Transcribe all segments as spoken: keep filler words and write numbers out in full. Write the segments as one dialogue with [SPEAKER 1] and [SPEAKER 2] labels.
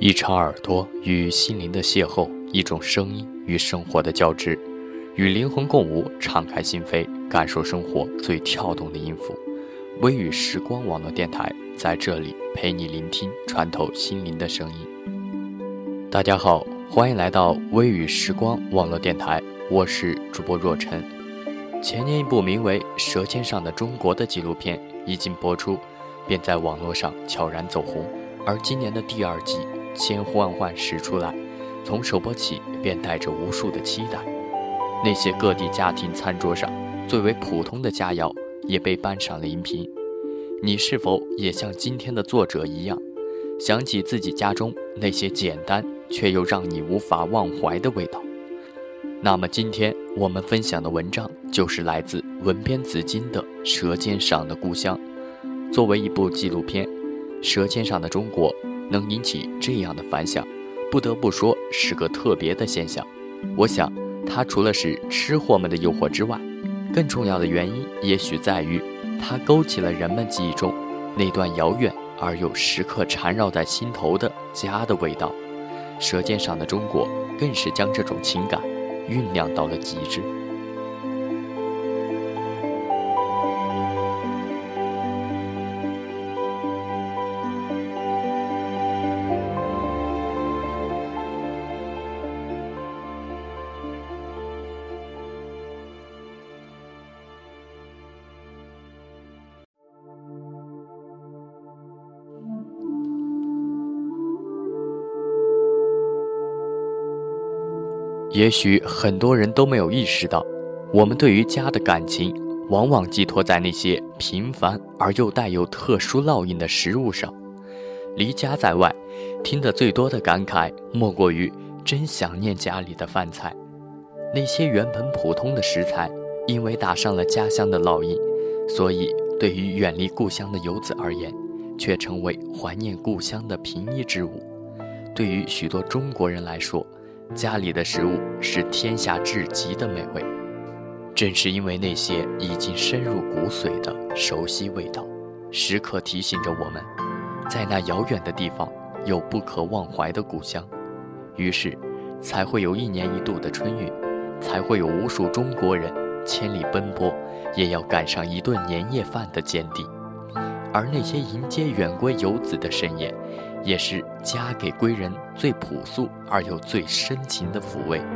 [SPEAKER 1] 一场耳朵与心灵的邂逅，一种声音与生活的交织，与灵魂共舞，敞开心扉，感受生活最跳动的音符。微雨时光网络电台在这里陪你聆听，穿透心灵的声音。大家好，欢迎来到微雨时光网络电台，我是主播若晨。前年一部名为《舌尖上的中国》的纪录片一经播出，便在网络上悄然走红，而今年的第二季千呼万唤始出来，从首播起便带着无数的期待。那些各地家庭餐桌上最为普通的佳肴也被搬上了荧屏。你是否也像今天的作者一样，想起自己家中那些简单却又让你无法忘怀的味道？那么今天我们分享的文章就是来自文编紫金的《舌尖上的故乡》。作为一部纪录片，《舌尖上的中国》能引起这样的反响，不得不说是个特别的现象。我想它除了是吃货们的诱惑之外，更重要的原因也许在于它勾起了人们记忆中那段遥远而又时刻缠绕在心头的家的味道。舌尖上的中国更是将这种情感酝酿到了极致。也许很多人都没有意识到，我们对于家的感情往往寄托在那些平凡而又带有特殊烙印的食物上。离家在外，听得最多的感慨莫过于真想念家里的饭菜。那些原本普通的食材，因为打上了家乡的烙印，所以对于远离故乡的游子而言，却成为怀念故乡的平易之物。对于许多中国人来说，家里的食物是天下至极的美味。正是因为那些已经深入骨髓的熟悉味道，时刻提醒着我们，在那遥远的地方有不可忘怀的故乡。于是才会有一年一度的春运，才会有无数中国人千里奔波，也要赶上一顿年夜饭的坚定。而那些迎接远归游子的盛宴，也是家给归人最朴素而又最深情的抚慰。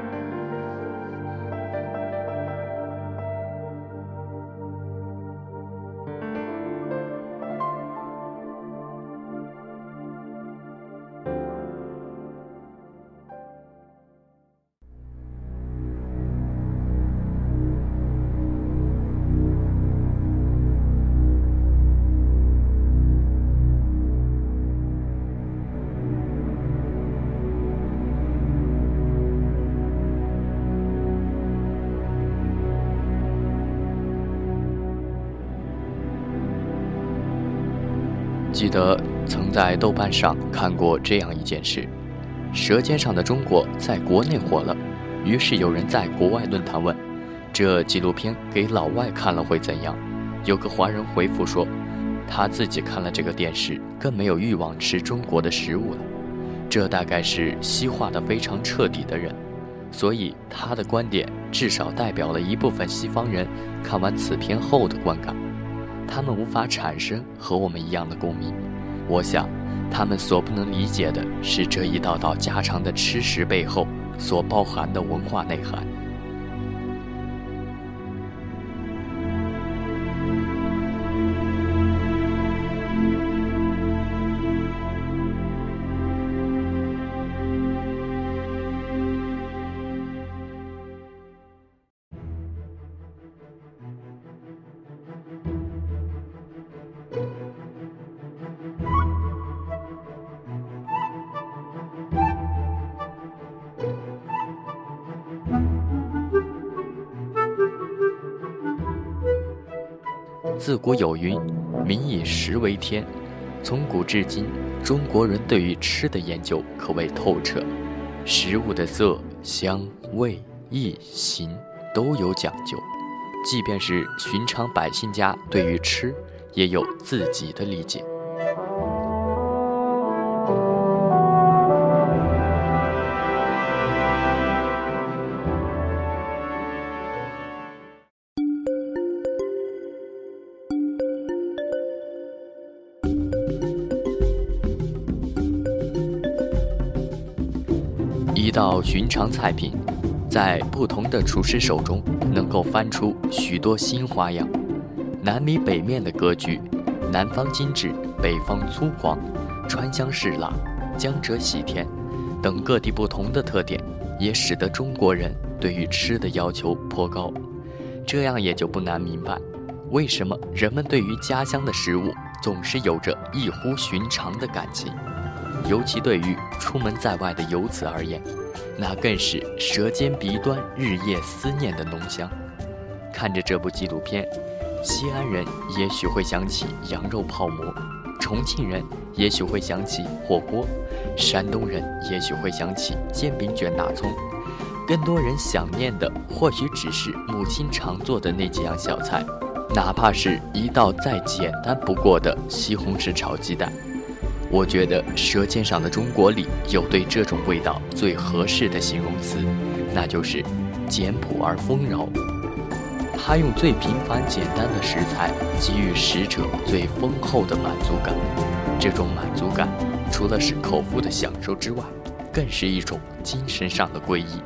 [SPEAKER 1] 记得曾在豆瓣上看过这样一件事，舌尖上的中国在国内火了，于是有人在国外论坛问，这纪录片给老外看了会怎样？有个华人回复说，他自己看了这个电视更没有欲望吃中国的食物了。这大概是西化得非常彻底的人，所以他的观点至少代表了一部分西方人看完此片后的观感。他们无法产生和我们一样的共鸣，我想他们所不能理解的是这一道道家常的吃食背后所包含的文化内涵。自古有云，民以食为天。从古至今，中国人对于吃的研究可谓透彻，食物的色、香、味、意、形都有讲究。即便是寻常百姓家对于吃也有自己的理解。 道寻常菜品，在不同的厨师手中能够翻出许多新花样。南米北面的格局，南方精致，北方粗犷，川香适辣，江浙喜甜等各地不同的特点，也使得中国人对于吃的要求颇高。这样也就不难明白，为什么人们对于家乡的食物总是有着异乎寻常的感情。尤其对于出门在外的游子而言，那更是舌尖鼻端日夜思念的浓香。看着这部纪录片，西安人也许会想起羊肉泡馍，重庆人也许会想起火锅，山东人也许会想起煎饼卷大葱，更多人想念的或许只是母亲常做的那几样小菜，哪怕是一道再简单不过的西红柿炒鸡蛋。我觉得《舌尖上的中国》里有对这种味道最合适的形容词，那就是简朴而丰饶。它用最平凡简单的食材给予食者最丰厚的满足感，这种满足感除了是口腹的享受之外，更是一种精神上的皈依。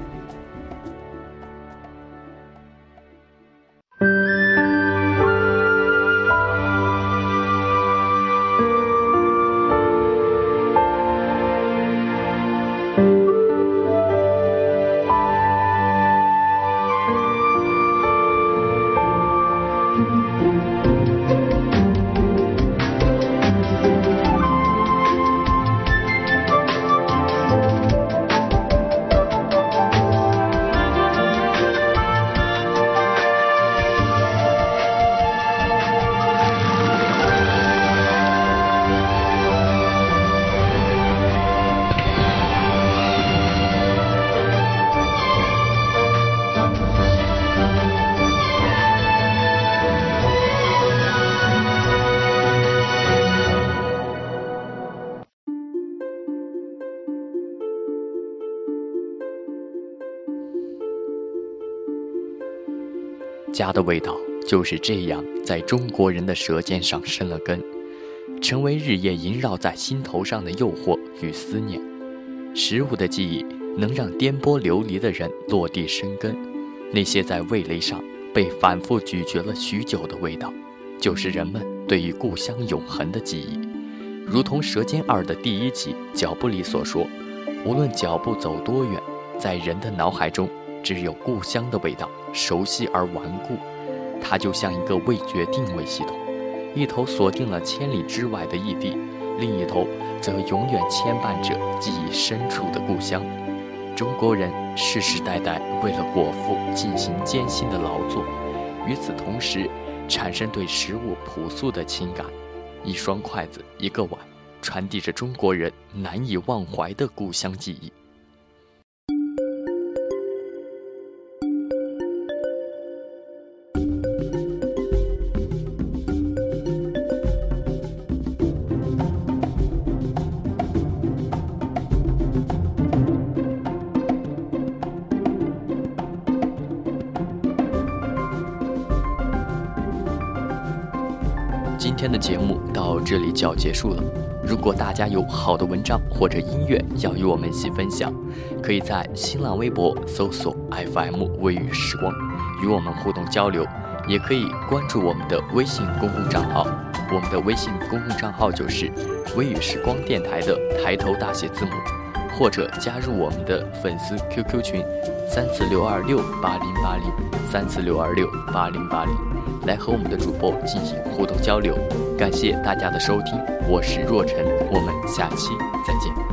[SPEAKER 1] 家的味道就是这样在中国人的舌尖上生了根，成为日夜萦绕在心头上的诱惑与思念。食物的记忆能让颠簸流离的人落地生根，那些在味蕾上被反复咀嚼了许久的味道，就是人们对于故乡永恒的记忆。如同《舌尖二》的第一集脚步里所说，无论脚步走多远，在人的脑海中只有故乡的味道，熟悉而顽固。它就像一个味觉定位系统，一头锁定了千里之外的异地，另一头则永远牵绊着记忆深处的故乡。中国人世世代代为了果腹进行艰辛的劳作，与此同时产生对食物朴素的情感。一双筷子，一个碗，传递着中国人难以忘怀的故乡记忆。今天的节目到这里就要结束了。如果大家有好的文章或者音乐要与我们一起分享，可以在新浪微博搜索 F M 微语时光与我们互动交流，也可以关注我们的微信公共账号。我们的微信公共账号就是微语时光电台的抬头大写字母，或者加入我们的粉丝 Q Q 群三四六二六八零八零三四六二六八零八零，来和我们的主播进行互动交流。感谢大家的收听，我是若晨，我们下期再见。